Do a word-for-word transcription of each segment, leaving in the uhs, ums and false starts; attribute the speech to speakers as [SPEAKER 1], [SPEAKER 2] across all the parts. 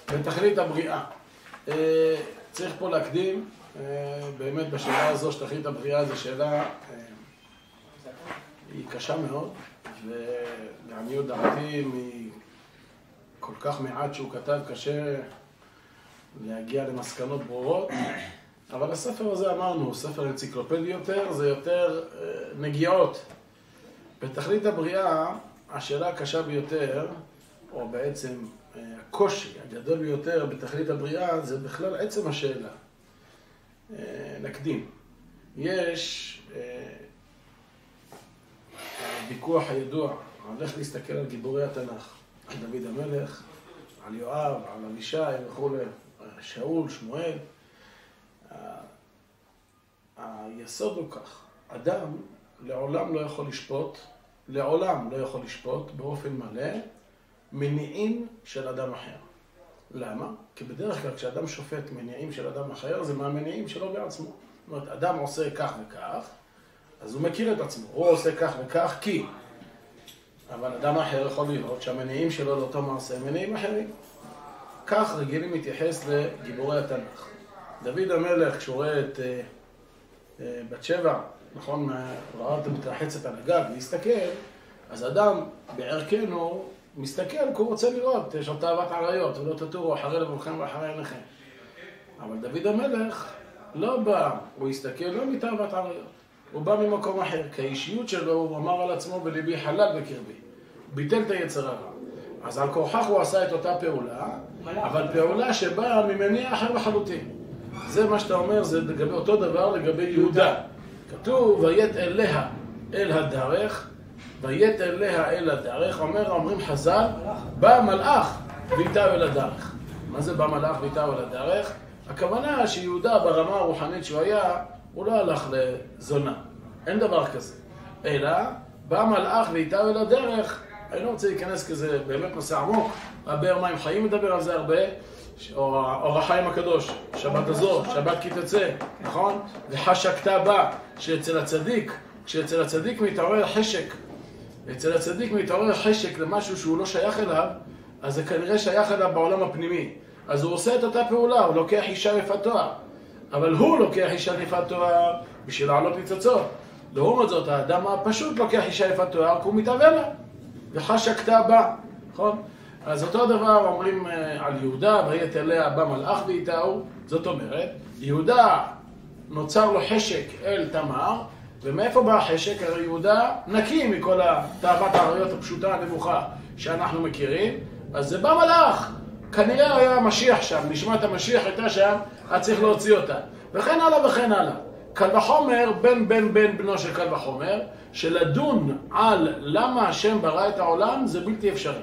[SPEAKER 1] בתכלית הבריאה. צריך פה להקדים, באמת בשאלה הזו שתכלית הבריאה זו שאלה, היא קשה מאוד, ולעניות דעתי מכל כך מעט שהוא כתב קשה להגיע למסקנות ברורות, אבל הספר הזה אמרנו, ספר אנציקלופדי יותר, זה יותר נגיעות. בתכלית הבריאה, השאלה הקשה ביותר, או בעצם הקושי הגדול ביותר בתכלית הבריאה, זה בכלל עצם השאלה. נקדים. יש ויכוח הידוע, הולך להסתכל על גיבורי התנ"ך, על דוד המלך, על יואב, על אבישי וכו', שאול, שמואל. היסוד הוא כך, אדם לעולם לא יכול לשפוט, לעולם לא יכול לשפוט באופן מלא מניעים של אדם אחר. למה? כי בדרך כלל כשאדם שופט מניעים של אדם אחר, זה מהמניעים שלו בעצמו. זאת אומרת, אדם עושה כך וכך, אז הוא מכיר את עצמו. הוא עושה כך וכך כי. אבל אדם אחר יכול לראות שהמניעים שלו לאותו מעשה הם מניעים אחרים. כך רגילים להתייחס לגיבורי התנ"ך. דוד המלך, כשהוא רואה את uh, uh, בת שבע, נכון, ראה אותה מתרחצת על הגג, להסתכל, אז אדם בערכנו מסתכל, כי הוא רוצה לראות, יש לו תאוות עריות, ולא תטורו אחרי לבבכם ואחרי עיניכם. אבל דוד המלך לא בא, הוא הסתכל לא מתאוות עריות, הוא בא ממקום אחר, כי האישיות שלו, הוא אמר על עצמו בליבי חלל בקרבי, ביטל את היצר הרע. אז על כורחך הוא עשה את אותה פעולה, אבל פעולה שבאה ממניע אחר לחלוטין. זה מה שאתה אומר, זה לגבי, אותו דבר לגבי יהודה. כתוב, ויית אליה אל הדרך, ויית אליה אל הדרך, אומר, אומרים חז"ל, בא מלאך ואיתו אל הדרך. מה זה בא מלאך ואיתו אל הדרך? הכוונה שיהודה ברמה הרוחנית שהוא היה, הוא לא הלך לזונה. אין דבר כזה. אלא, בא מלאך ואיתו אל הדרך, אני לא רוצה להיכנס כזה באמת נושא עמוק, הבאר מים חיים מדבר על זה הרבה, או אור החיים הקדוש, שבת הזו, שבת כי תצא, נכון? וחשקתה בה, שאצל הצדיק, כשאצל הצדיק מתעורר חשק, אצל הצדיק מתעורר חשק למשהו שהוא לא שייך אליו, אז זה כנראה שייך אליו בעולם הפנימי. אז הוא עושה את אותה פעולה, הוא לוקח אישה יפת תואר. אבל הוא לוקח אישה יפת תואר בשביל לעלות ניצוצות. לעומת זאת, האדם הפשוט לוקח אישה יפת תואר, כי הוא מתאווה לה. וחשקתה בה, נכון? אז אותו דבר אומרים על יהודה, ויית אליה בא מלאך ואיתו, זאת אומרת, יהודה נוצר לו חשק אל תמר, ומאיפה בא החשק? הרי יהודה נקי מכל תאוות העריות הפשוטה הנמוכה שאנחנו מכירים, אז זה בא מלאך, כנראה היה משיח שם, נשמת המשיח הייתה שם, היה צריך להוציא אותה, וכן הלאה וכן הלאה. קל וחומר, בן בן בן בנו של קל וחומר, שלדון על למה השם ברא את העולם זה בלתי אפשרי.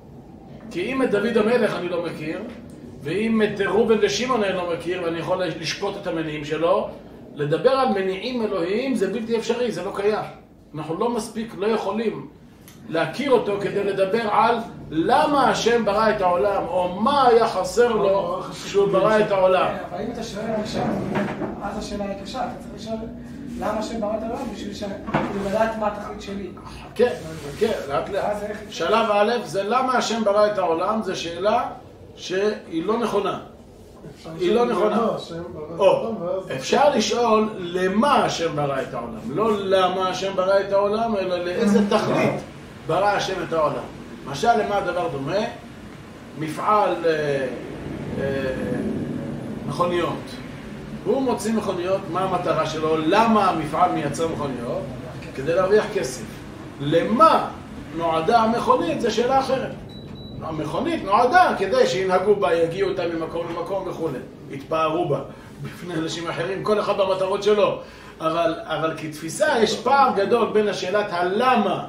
[SPEAKER 1] כי אם את דוד המלך אני לא מכיר, ואם את ראובן ושמעון אני לא מכיר, ואני יכול לשפוט את המניעים שלו, לדבר על מניעים אלוהיים זה בלתי אפשרי, זה לא קיים. אנחנו לא מספיק, לא יכולים להכיר אותו כדי לדבר על למה השם ברא את העולם, או מה היה חסר לו כשהוא ברא את העולם.
[SPEAKER 2] אבל אם אתה שואל עכשיו, אז השאלה היא קשה, אתה צריך לשאול למה השם ברא את העולם בשביל לדעת מה התכלית שלי.
[SPEAKER 1] כן, כן, לאט לאט. שלב א' זה למה השם ברא את העולם, זו שאלה שהיא לא נכונה. היא לא נכונה. או, אפשר לשאול למה השם ברא את העולם. לא למה השם ברא את העולם, אלא לאיזה תכלית ברא השם את העולם. למשל, למה הדבר דומה? מפעל אה, אה, מכוניות. הוא מוציא מכוניות, מה המטרה שלו? למה המפעל מייצר מכוניות? כדי להרוויח כסף. למה נועדה המכונית? זו שאלה אחרת. המכונית נועדה כדי שינהגו בה, יגיעו אותה ממקום למקום וכו'. יתפארו בה בפני אנשים אחרים, כל אחד במטרות שלו. אבל, אבל כתפיסה יש פער גדול בין השאלת הלמה,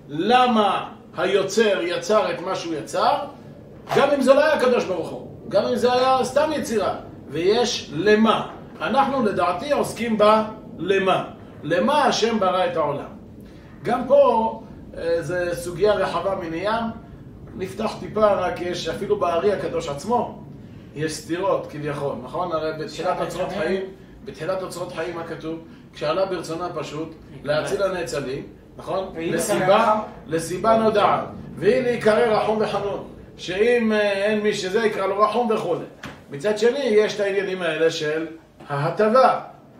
[SPEAKER 1] למה היוצר יצר את מה שהוא יצר, גם אם זה לא היה הקדוש ברוך הוא, גם אם זה היה סתם יצירה, ויש למה. אנחנו לדעתי עוסקים בה למה. למה השם ברא את העולם. גם פה זו סוגיה רחבה מן הים, נפתח טיפה, רק יש אפילו בארי הקדוש עצמו, יש סתירות כביכול, נכון? הרי בתחילת אוצרות חיים, בתחילת אוצרות חיים מה כתוב? כשעלה ברצונה פשוט להציל הנאצלים, נכון? לסיבה, לסיבה נודעת, והיא להיקרא רחום וחנון. שאם אין מי שזה יקרא לו רחום וכו'. מצד שני, יש את העניינים האלה של ההטבה.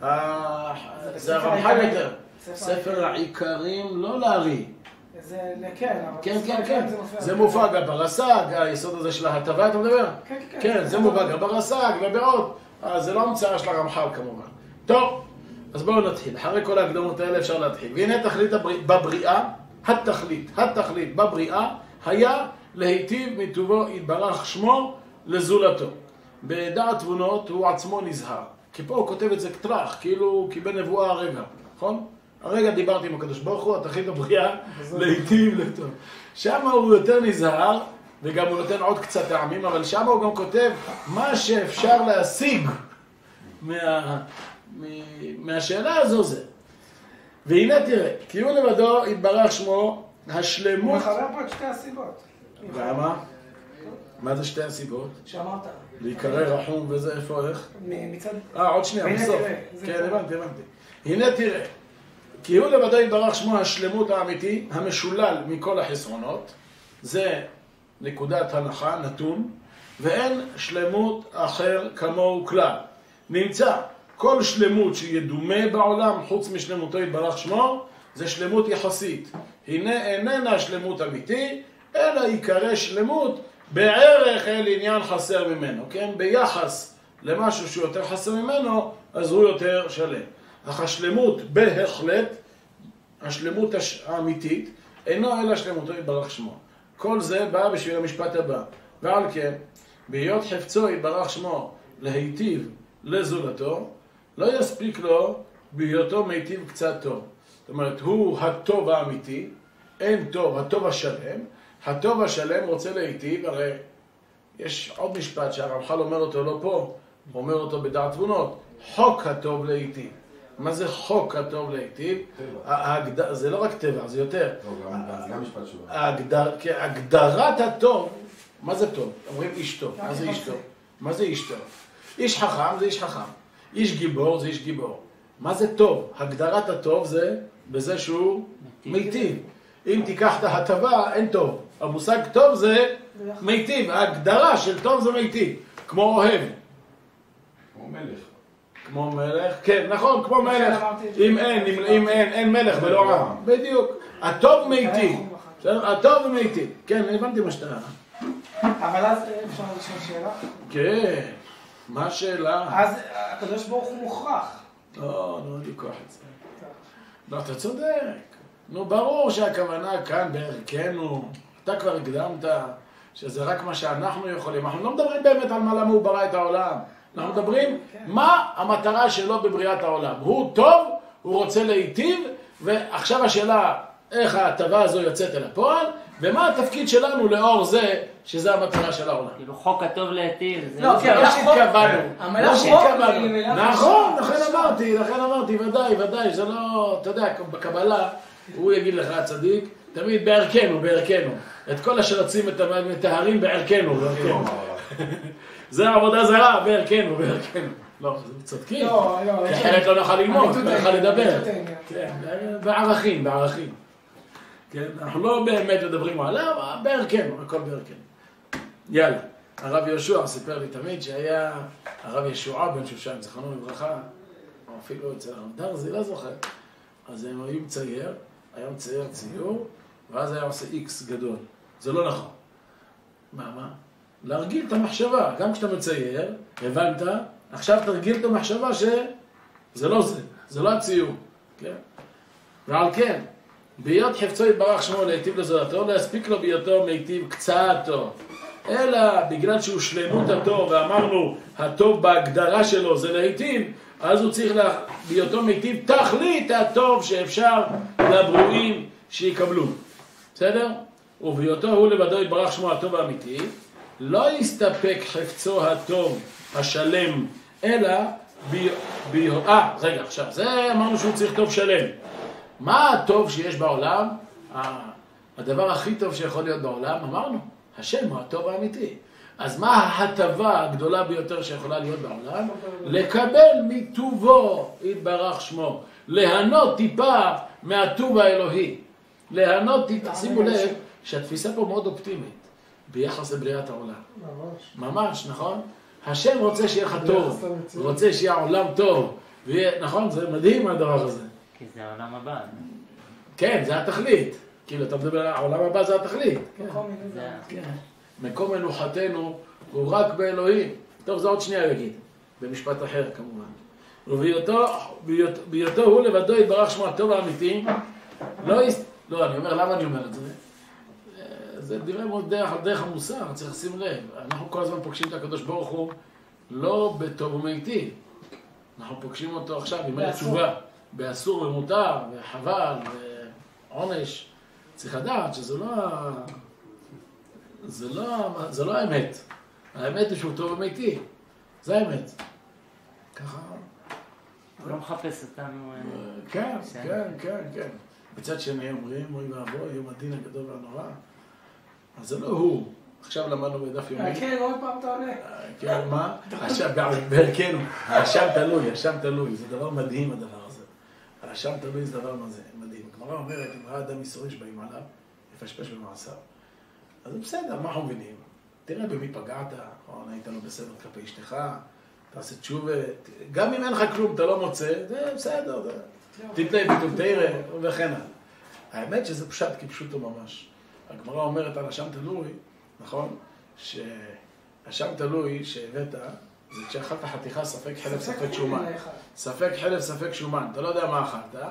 [SPEAKER 1] זה הרמח"ל יותר. ספר העיקרים, לא להרי.
[SPEAKER 2] זה כן, אבל...
[SPEAKER 1] כן, כן, כן. זה מופע גם ברס"ג, היסוד הזה של ההטבה, אתה מדבר?
[SPEAKER 2] כן, כן.
[SPEAKER 1] כן, זה מובא גם ברס"ג ובעוד. זה לא המצאה של הרמח"ל כמובן. טוב, אז בואו נתחיל. אחרי כל ההקדמות האלה אפשר להתחיל. והנה תכלית בבריאה, התכלית, התכלית בבריאה, היה להיטיב מטובו יתברך שמו לזולתו. בדעת תבונות הוא עצמו נזהר. כי פה הוא כותב את זה כתרח, כאילו הוא קיבל נבואה הרגע, נכון? הרגע דיברתי עם הקדוש ברוך הוא, התכלית בבריאה, להיטיב לטוב. שם הוא יותר נזהר, וגם הוא נותן עוד קצת טעמים, אבל שם הוא גם כותב מה שאפשר להשיג מה, מהשאלה הזו זה. והנה תראה, כי הוא לבדו יתברך שמו השלמות...
[SPEAKER 2] הוא מחבר פה את שתי הסיבות.
[SPEAKER 1] למה? מה זה שתי הסיבות?
[SPEAKER 2] שאמרת.
[SPEAKER 1] להיקרא רחום וזה איפה איך?
[SPEAKER 2] מצד...
[SPEAKER 1] אה, עוד שנייה, בסוף. כן, הבנתי, הבנתי. הנה תראה, כי הוא לבדו יתברך שמו השלמות האמיתי, המשולל מכל החסרונות, זה נקודת הנחה, נתון, ואין שלמות אחר כמוהו כלל. נמצא, כל שלמות שידומה בעולם, חוץ משלמותו יתברך שמו, זה שלמות יחסית. הנה איננה שלמות אמיתי, אלא יקרא שלמות בערך אל עניין חסר ממנו, כן? ביחס למשהו שהוא יותר חסר ממנו, אז הוא יותר שלם. אך השלמות בהחלט, השלמות האמיתית, אינו אלא שלמותו יתברך שמו. כל זה בא בשביל המשפט הבא. ועל כן, בהיות חפצו יתברך שמו להיטיב לזולתו, לא יספיק לו בהיותו מיטיב קצת טוב. זאת אומרת, הוא הטוב האמיתי, אין טוב, הטוב השלם. הטוב השלם רוצה להיטיב, הרי יש עוד משפט שהרמח"ל אומר אותו לא פה, הוא אומר אותו בדעת תבונות, חוק הטוב להיטיב. מה זה חוק הטוב להיטיב? זה לא רק טבע, זה יותר.
[SPEAKER 3] גם משפט שהוא.
[SPEAKER 1] הגדרת הטוב, מה זה טוב? אומרים איש טוב, מה זה איש טוב? מה זה איש טוב? איש חכם זה איש חכם, איש גיבור זה איש גיבור. מה זה טוב? הגדרת הטוב זה בזה שהוא מיטיב. אם תיקח את ההטבה, אין טוב. המושג טוב זה מיטיב, ההגדרה של טוב זה מיטיב, כמו אוהב.
[SPEAKER 3] כמו מלך.
[SPEAKER 1] כמו מלך, כן, נכון, כמו מלך. אם אין, אם אין, אין מלך ולא עם. בדיוק. הטוב מיטיב. הטוב מיטיב. כן, הבנתי מה שאתה...
[SPEAKER 2] אבל אז אפשר לשאול שאלה?
[SPEAKER 1] כן. מה השאלה?
[SPEAKER 2] אז הקדוש ברוך הוא מוכרח.
[SPEAKER 1] לא, לא לקוח את זה. לא, אתה צודק. נו, ברור שהכוונה כאן בערכנו. אתה כבר הקדמת שזה רק מה שאנחנו יכולים. אנחנו לא מדברים באמת על מה למה הוא ברא את העולם. אנחנו מדברים מה המטרה שלו בבריאת העולם. הוא טוב, הוא רוצה להיטיב, ועכשיו השאלה איך ההטבה הזו יוצאת אל הפועל, ומה התפקיד שלנו לאור זה שזה המטרה של העולם.
[SPEAKER 4] כאילו חוק הטוב להיטיב.
[SPEAKER 1] לא, כן, לא שהתכוונו. לא שהתכוונו. נכון, לכן אמרתי, לכן אמרתי, ודאי, ודאי, זה לא, אתה יודע, בקבלה, הוא יגיד לך הצדיק, תמיד בערכנו, בערכנו. את כל השרצים מטהרים בערכנו, בערכנו. זה העבודה זרה, בערכנו, בערכנו. לא, זה צודקים.
[SPEAKER 2] לא, לא.
[SPEAKER 1] כי אחרת לא נוכל ללמוד, לא נוכל לדבר. כן, בערכים, בערכים. כן, אנחנו לא באמת מדברים עליו, בערכנו, הכל בערכנו. יאללה, הרב יהושע סיפר לי תמיד שהיה הרב ישועה בן שושן, זכרונו לברכה, או אפילו אצל הרב דרזי, לא זוכר. אז הם היו מצייר, היה מצייר ציור, ואז היה עושה איקס גדול. זה לא נכון. מה, מה? להרגיל את המחשבה. גם כשאתה מצייר, הבנת, עכשיו תרגיל את המחשבה שזה לא זה, זה לא הציור. כן? ועל כן, בהיות חפצו יתברך שמו להיטיב לזולתו, לא יספיק לו בהיותו מיטיב קצת טוב. אלא בגלל שהוא שלמות הטוב, ואמרנו, הטוב בהגדרה שלו זה להיטיב, אז הוא צריך לה... בהיותו מיטיב תכלית הטוב שאפשר לברואים שיקבלו. בסדר? ובהיותו הוא לבדו יתברך שמו הטוב האמיתי, לא יסתפק חפצו הטוב השלם, אלא ב... ב... אה, רגע, עכשיו, זה אמרנו שהוא צריך טוב שלם. מה הטוב שיש בעולם? הדבר הכי טוב שיכול להיות בעולם, אמרנו, השם הוא הטוב האמיתי. אז מה ההטבה הגדולה ביותר שיכולה להיות בעולם? לקבל מטובו יתברך שמו. ליהנות טיפה מהטוב האלוהי. ליהנות טיפה, שימו לב שהתפיסה פה מאוד אופטימית. ביחס לבריאת העולם.
[SPEAKER 2] ממש.
[SPEAKER 1] ממש, נכון? השם רוצה שיהיה לך טוב, הוא רוצה שיהיה עולם טוב, ויהיה, נכון? זה מדהים הדבר הזה.
[SPEAKER 4] כי זה העולם הבא.
[SPEAKER 1] כן, זה התכלית. כאילו, אתה מדבר, העולם הבא זה התכלית. כן. מקום מנוחתנו הוא רק באלוהים. טוב, זה עוד שנייה יגיד, במשפט אחר כמובן. ובהיותו, בהיותו הוא לבדו יתברך שמו הטוב האמיתי, לא, לא, אני אומר, למה אני אומר את זה? זה דברי מאוד דרך, דרך המוסר, צריך לשים לב. אנחנו כל הזמן פוגשים את הקדוש ברוך הוא לא בטוב ומיטיב. אנחנו פוגשים אותו עכשיו עם מלא תשובה, באסור ומותר, וחבל, ועונש. צריך לדעת שזה לא, זה לא, זה לא האמת. האמת היא שהוא טוב ומיטיב. זה האמת. ככה.
[SPEAKER 4] הוא לא מחפש אותנו.
[SPEAKER 1] כן, כן, כן, כן. בצד שני אומרים, אוי ואבוי, יום הדין הגדול והנורא. אז זה לא הוא. עכשיו למדנו בדף יומי.
[SPEAKER 2] כן, עוד פעם אתה עונה.
[SPEAKER 1] כן, מה? בהרכנו. השם תלוי, השם תלוי. זה דבר מדהים הדבר הזה. השם תלוי זה דבר מדהים. הגמרא אומרת, אם ראה אדם ייסורים שבאים עליו, יפשפש במעשיו. אז זה בסדר, מה אנחנו מבינים? תראה במי פגעת, או היית לו בסדר כלפי אשתך, תעשה תשובה. גם אם אין לך כלום, אתה לא מוצא, זה בסדר. תתלה ביטול תראה, וכן הלאה. האמת שזה פשט כפשוטו ממש. הגמרא אומרת על השם תלוי, נכון? שהשם תלוי שהבאת, זה כשאכלת חתיכה ספק חלב ספק שומן. ספק חלב ספק שומן, אתה לא יודע מה אכלת,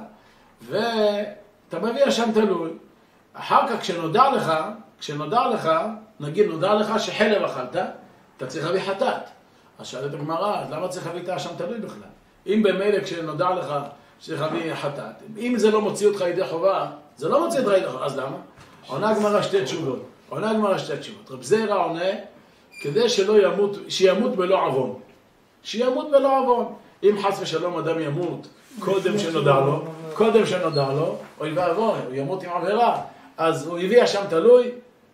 [SPEAKER 1] ואתה מביא השם תלוי. אחר כך כשנודע לך, כשנודע לך, נגיד נודע לך שחלב אכלת, אתה צריך להביא חטאת. אז שאלת הגמרא, למה צריך להביא את השם תלוי בכלל? אם במילא כשנודע לך שצריך להביא חטאת, אם זה לא מוציא אותך ידי חובה, זה לא מוציא אותך ידי חובה, אז למה? עונה הגמרא שתי תשובות. עונה הגמרא שתי תשובות. רב זירא עונה, כדי שלא ימות, שימות בלא עוון. שימות בלא עוון. אם חס ושלום אדם ימות, קודם שנודע לו, קודם שנודע לו, אוי ואבוי, הוא ימות עם עבירה. אז הוא הביא השם תלוי,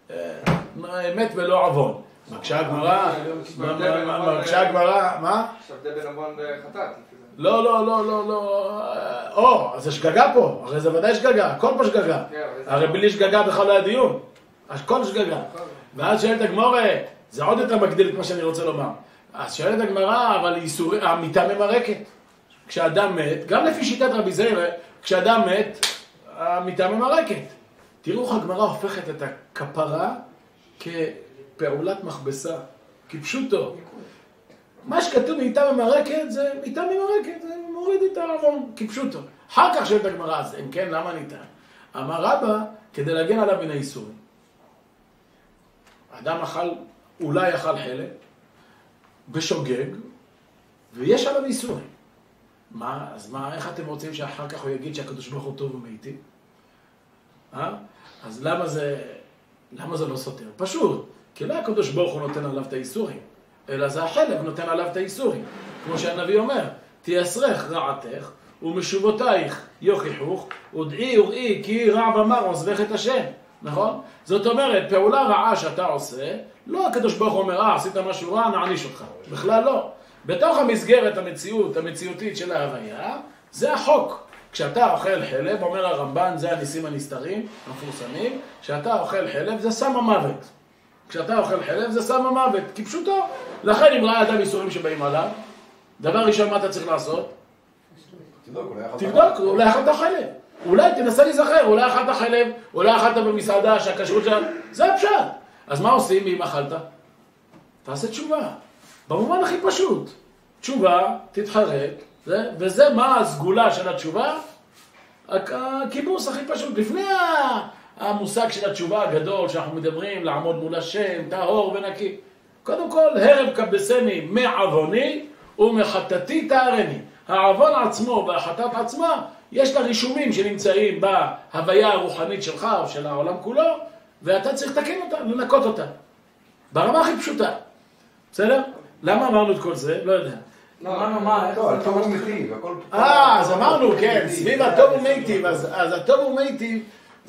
[SPEAKER 1] מת בלא עוון. מקשה הגמרא, מקשה הגמרא, מה?
[SPEAKER 5] שבדי בן עוון חטאת.
[SPEAKER 1] לא, לא, לא, לא, לא, או, אז זה שגגה פה, הרי זה ודאי שגגה, הכל פה שגגה. הרי בלי שגגה בכלל לא היה דיון, הכל שגגה. ואז שואלת הגמרא, זה עוד יותר מגדיל את מה שאני רוצה לומר. אז שואלת הגמרא, אבל המיטה ממרקת. כשאדם מת, גם לפי שיטת רבי זירא, כשאדם מת, המיטה ממרקת. תראו איך הגמרא הופכת את הכפרה כפעולת מכבסה, כפשוטו. מה שכתוב מיטה ממרקת, זה מיטה ממרקת, זה מוריד את העוון, כפשוטו. אחר כך שואלת הגמרא, אז אם כן, למה ניתן? אמר רבא, כדי להגן עליו מן האיסורים. האדם אכל, אולי אכל חלב, בשוגג, ויש עליו איסורים. מה, אז מה, איך אתם רוצים שאחר כך הוא יגיד שהקדוש ברוך הוא טוב ומיטיב? אה? אז למה זה, למה זה לא סותר? פשוט, כי לא הקדוש ברוך הוא נותן עליו את האיסורים, אלא זה החלב נותן עליו את האיסורים. כמו שהנביא אומר, תייסרך רעתך, ומשובותייך יוכיחוך, ודעי וראי כי רע ומר עוזבך את השם. נכון? זאת אומרת, פעולה רעה שאתה עושה, לא הקדוש ברוך הוא אומר, אה, עשית משהו רע, נעניש אותך. בכלל לא. בתוך המסגרת המציאות, המציאותית של ההוויה, זה החוק. כשאתה אוכל חלב, אומר הרמב"ן, זה הניסים הנסתרים, המפורסמים, כשאתה אוכל חלב זה סם המוות. כשאתה אוכל חלב זה סם המוות, כפשוטו. לכן אם ראה אדם איסורים שבאים עליו, דבר ראשון מה אתה צריך לעשות? תבדוק, אולי אכלת חלב. אולי תנסה להיזכר, אולי אכלת חלב, אולי אכלת במסעדה שהכשרות שם, זה הפשט. אז מה עושים אם אכלת? תעשה תשובה. במובן הכי פשוט. תשובה, תתחרט, וזה מה הסגולה של התשובה? הכיבוס הכי פשוט. לפני המושג של התשובה הגדול שאנחנו מדברים, לעמוד מול השם, טהור ונקי. קודם כל, הרב כבסני מעווני ומחטאתי תארני. העוון עצמו והחטאת עצמה, יש לה רישומים שנמצאים בהוויה הרוחנית שלך או של העולם כולו, ואתה צריך לתקן אותה, לנקות אותה. ברמה הכי פשוטה. בסדר? למה אמרנו את כל זה? לא יודע.
[SPEAKER 2] לא, אמרנו מה?
[SPEAKER 3] לא, הטוב הוא מיטיב, הכל...
[SPEAKER 1] אה, אז אמרנו, כן, סביב הטוב הוא מיטיב, אז הטוב הוא מיטיב,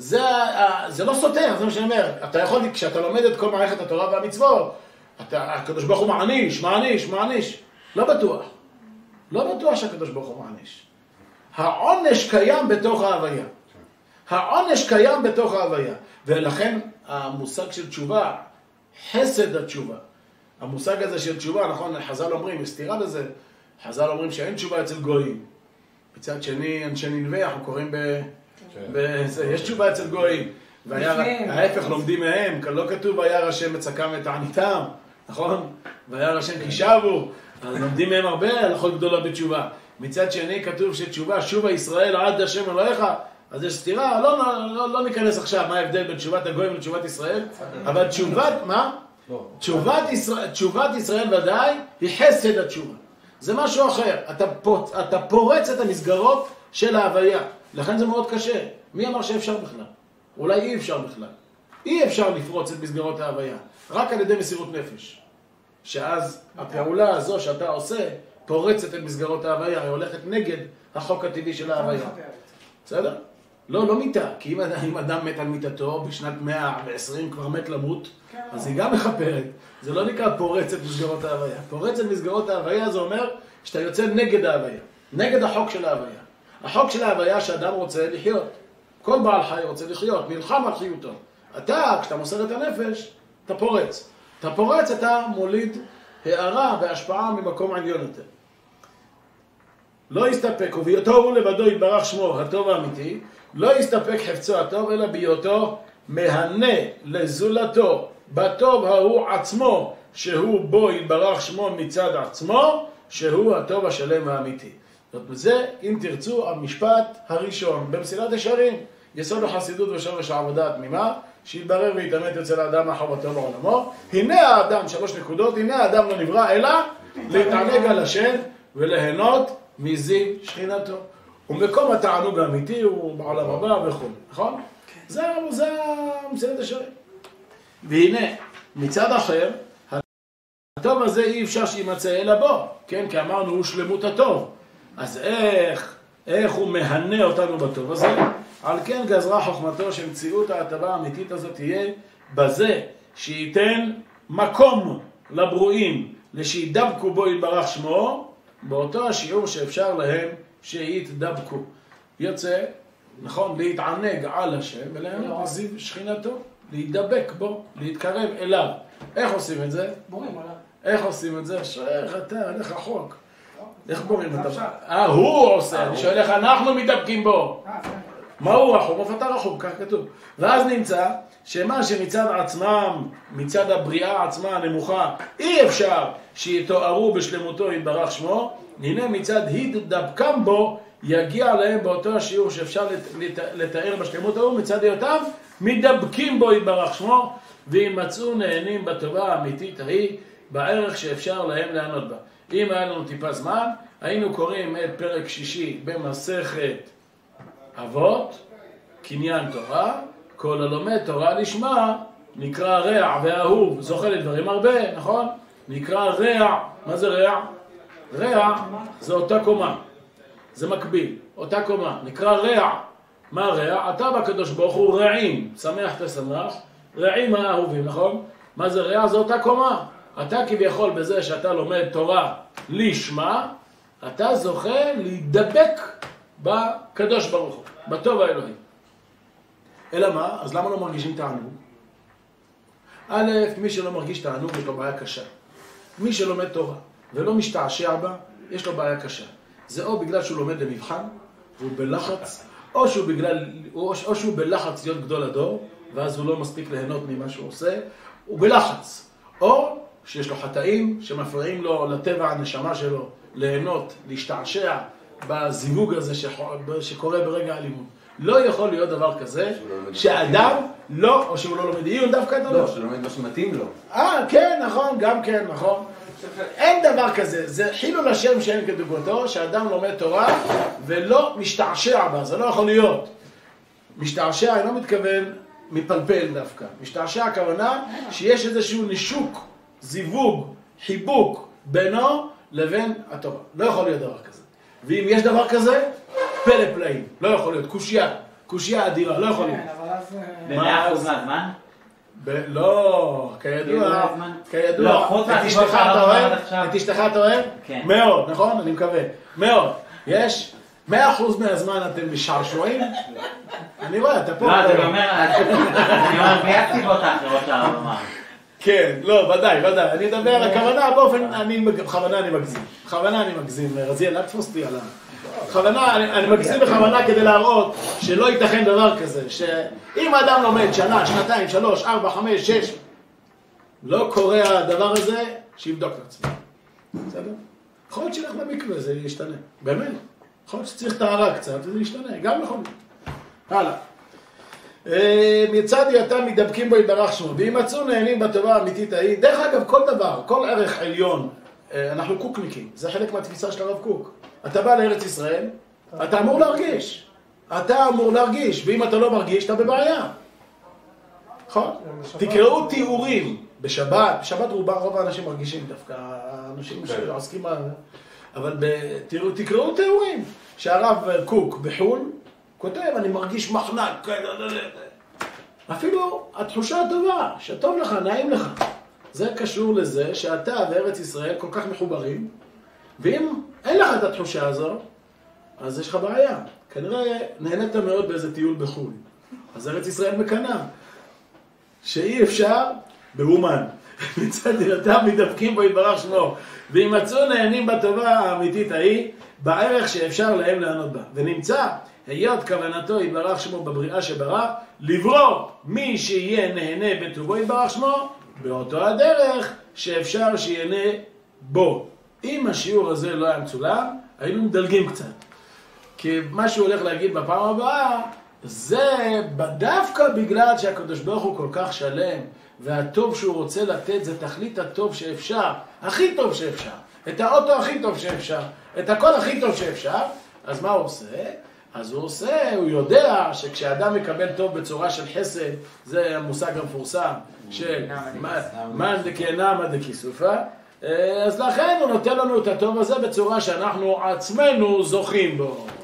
[SPEAKER 1] זה לא סותר, זה מה שאני אומר. אתה יכול, כשאתה לומד את כל מערכת התורה והמצוות, הקדוש ברוך הוא מעניש, מעניש, מעניש. לא בטוח. לא בטוח שהקדוש ברוך הוא מעניש. העונש קיים בתוך ההוויה. העונש קיים בתוך ההוויה. ולכן המושג של תשובה, חסד התשובה. המושג הזה של תשובה, נכון, חז"ל אומרים, יש סתירה בזה, חז"ל אומרים שאין תשובה אצל גויים. מצד שני, אנשי ננבי, אנחנו קוראים ב... בזה, יש תשובה אצל גויים. וההפך לומדים מהם, לא כתוב וירא השם מצקם ותעניתם, נכון? וירא השם כי שבו, אז לומדים מהם הרבה הלכות גדולה בתשובה. מצד שני כתוב שתשובה, שובה ישראל עד השם אלוהיך, אז יש סתירה, לא, לא, לא ניכנס עכשיו מה ההבדל בין תשובת הגויים לתשובת ישראל, אבל תשובת, מה? תשובת ישראל, תשובת ישראל ודאי היא חסד התשובה. זה משהו אחר, אתה, פורץ, אתה פורץ את המסגרות של ההוויה, לכן זה מאוד קשה. מי אמר שאפשר בכלל? אולי אי אפשר בכלל. אי אפשר לפרוץ את מסגרות ההוויה, רק על ידי מסירות נפש. שאז הפעולה הזו שאתה עושה, פורצת את מסגרות ההוויה, היא הולכת נגד החוק הטבעי של ההוויה. בסדר? לא, לא מיטה, כי אם, אם אדם מת על מיטתו, בשנת מאה ועשרים כבר מת למות, אז היא גם מחפרת. זה לא נקרא פורצת מסגרות ההוויה. פורצת מסגרות ההוויה זה אומר שאתה יוצא נגד ההוויה, נגד החוק של ההוויה. החוק של ההוויה שאדם רוצה לחיות. כל בעל חי רוצה לחיות, נלחם על חיותו. אתה, כשאתה מוסר את הנפש, אתה פורץ. אתה פורץ, אתה מוליד הערה והשפעה ממקום עליון יותר. לא יסתפק, ובהיותו הוא לבדו יתברך שמו, הטוב האמיתי, לא יסתפק חפצו הטוב, אלא בהיותו מהנה לזולתו, בטוב ההוא עצמו, שהוא בו יתברך שמו מצד עצמו, שהוא הטוב השלם האמיתי. זאת אומרת, זה, אם תרצו, המשפט הראשון, במסילת ישרים, יסוד החסידות ושורש העבודה התמימה, שיתברר ויתאמת אצל האדם מחובתו בעולמו. הנה האדם, שלוש נקודות, הנה האדם לא נברא, אלא להתענג על השם וליהנות מזיו שכינתו. ומקום התענוג האמיתי הוא בעולם הבא וכו', נכון? זה, זה מסילת ישרים. והנה, מצד אחר, הטוב הזה אי אפשר שימצא אלא בו, כן? כי אמרנו הוא שלמות הטוב. אז איך, איך הוא מהנה אותנו בטוב הזה? על כן גזרה חוכמתו שמציאות ההטבה האמיתית הזאת תהיה בזה שייתן מקום לברואים, לשידבקו בו יתברך שמו, באותו השיעור שאפשר להם שיתדבקו. יוצא, נכון, להתענג על השם וליהנות מזיו שכינתו, להידבק בו, להתקרב אליו. איך עושים את זה?
[SPEAKER 2] בורים עליו.
[SPEAKER 1] איך עושים את זה? שאיך אתה, הלך רחוק. איך בורים את זה? אה, הוא עושה, אני שואל איך אנחנו מתדבקים בו. מה הוא רחוק? איפה אתה רחוק? כך כתוב. ואז נמצא שמה שמצד עצמם, מצד הבריאה עצמה הנמוכה, אי אפשר שיתוארו בשלמותו יתברך שמו, הנה מצד התדבקם בו, יגיע להם באותו השיעור שאפשר לתאר בשלמות ההוא, מצד היותם מדבקים בו יתברך שמו, וימצאו נהנים בטובה האמיתית ההיא, בערך שאפשר להם לענות בה. אם היה לנו טיפה זמן, היינו קוראים את פרק שישי במסכת אבות, קניין תורה, כל הלומד תורה לשמה, נקרא רע ואהוב, זוכה לדברים הרבה, נכון? נקרא רע, מה זה רע? רע זה אותה קומה, זה מקביל, אותה קומה, נקרא רע. מה רע? אתה בקדוש ברוך הוא רעים, שמח תשמח, רעים האהובים, נכון? מה זה רע? זה אותה קומה. אתה כביכול בזה שאתה לומד תורה לשמה, אתה זוכה להידבק בקדוש ברוך הוא, בטוב האלוהי. אלא מה? אז למה לא מרגישים תענוג? א', מי שלא מרגיש תענוג יש לו בעיה קשה. מי שלומד תורה ולא משתעשע בה, יש לו בעיה קשה. זה או בגלל שהוא לומד למבחן, והוא בלחץ, או שהוא, בגלל, או, או שהוא בלחץ להיות גדול הדור, ואז הוא לא מספיק ליהנות ממה שהוא עושה, הוא בלחץ. או שיש לו חטאים שמפריעים לו לטבע הנשמה שלו, ליהנות, להשתעשע בזיווג הזה שקורה ברגע הלימוד. לא יכול להיות דבר כזה שאדם לא, או שהוא לא לומד עיון דווקא את הלא.
[SPEAKER 3] לא, שהוא לומד מה שמתאים לו.
[SPEAKER 1] אה, כן, נכון, גם כן, נכון. אין דבר כזה, זה חילול השם שאין כדוגמתו, שאדם לומד תורה ולא משתעשע בה, זה לא יכול להיות. משתעשע, אני לא מתכוון מפלפל דווקא. משתעשע הכוונה שיש איזשהו נישוק, זיווג, חיבוק בינו לבין התורה. לא יכול להיות דבר כזה. ואם יש דבר כזה, פלא פלאים. לא יכול להיות. קושיה. קושיה אדירה. לא יכול להיות.
[SPEAKER 4] במאה אחוז מהזמן?
[SPEAKER 1] לא, כידוע, כידוע,
[SPEAKER 4] לא, חוץ
[SPEAKER 1] את אשתך אתה אוהב? את אשתך אתה אוהב?
[SPEAKER 4] כן.
[SPEAKER 1] מאוד, נכון? אני מקווה. מאוד. יש? מאה אחוז מהזמן אתם משעשועים? אני רואה, אתה פה.
[SPEAKER 4] לא, אתה אומר, אני אומר, מי הסיבות האחרות שהרב אמר?
[SPEAKER 1] כן, לא, ודאי, ודאי. אני אדבר על הכוונה באופן, אני, בכוונה אני מגזים. בכוונה אני מגזים. רזיאל, אל תפוס אותי על ה... בכוונה, אני, אני מגזים בכוונה כדי להראות שלא ייתכן דבר כזה, שאם האדם לומד שנה, שנתיים, שלוש, ארבע, חמש, שש, לא קורה הדבר הזה, שיבדוק את עצמו. בסדר? יכול להיות שילך למקווה, זה ישתנה. באמת. יכול להיות שצריך טהרה קצת, וזה ישתנה. גם יכול להיות. הלאה. מצד יתם מדבקים בו יתברך שמו, ואם מצאו נהנים בטובה האמיתית ההיא, דרך אגב, כל דבר, כל ערך עליון, אנחנו קוקניקים, זה חלק מהתפיסה של הרב קוק. אתה בא לארץ ישראל, אתה אמור להרגיש. אתה אמור להרגיש, ואם אתה לא מרגיש, אתה בבעיה. נכון? תקראו תיאורים בשבת, בשבת רובה רוב האנשים מרגישים דווקא, האנשים שעוסקים, אבל תקראו תיאורים, שהרב קוק בחול, כותב, אני מרגיש מחנק, אפילו התחושה הטובה, שטוב לך, נעים לך. זה קשור לזה שאתה וארץ ישראל כל כך מחוברים, ואם אין לך את התחושה הזו, אז יש לך בעיה. כנראה נהנית מאוד באיזה טיול בחו"ל. אז ארץ ישראל מקנה, שאי אפשר באומן. מצד ילתם מדבקים בו יתברך שמו, ואם מצאו נהנים בטובה האמיתית ההיא, בערך שאפשר להם לענות בה. ונמצא, היות כוונתו יתברך שמו בבריאה שברא, לברוא מי שיהיה נהנה בטובו יתברך שמו, באותו הדרך שאפשר שיהנה בו. אם השיעור הזה לא היה מצולם, היינו מדלגים קצת. כי מה שהוא הולך להגיד בפעם הבאה, זה דווקא בגלל שהקדוש ברוך הוא כל כך שלם, והטוב שהוא רוצה לתת זה תכלית הטוב שאפשר, הכי טוב שאפשר, את האוטו הכי טוב שאפשר, את הכל הכי טוב שאפשר, אז מה הוא עושה? אז הוא עושה, הוא יודע שכשאדם מקבל טוב בצורה של חסד, זה המושג המפורסם של מן דקנמא דכיסופא, אז לכן הוא נותן לנו את הטוב הזה בצורה שאנחנו עצמנו זוכים בו.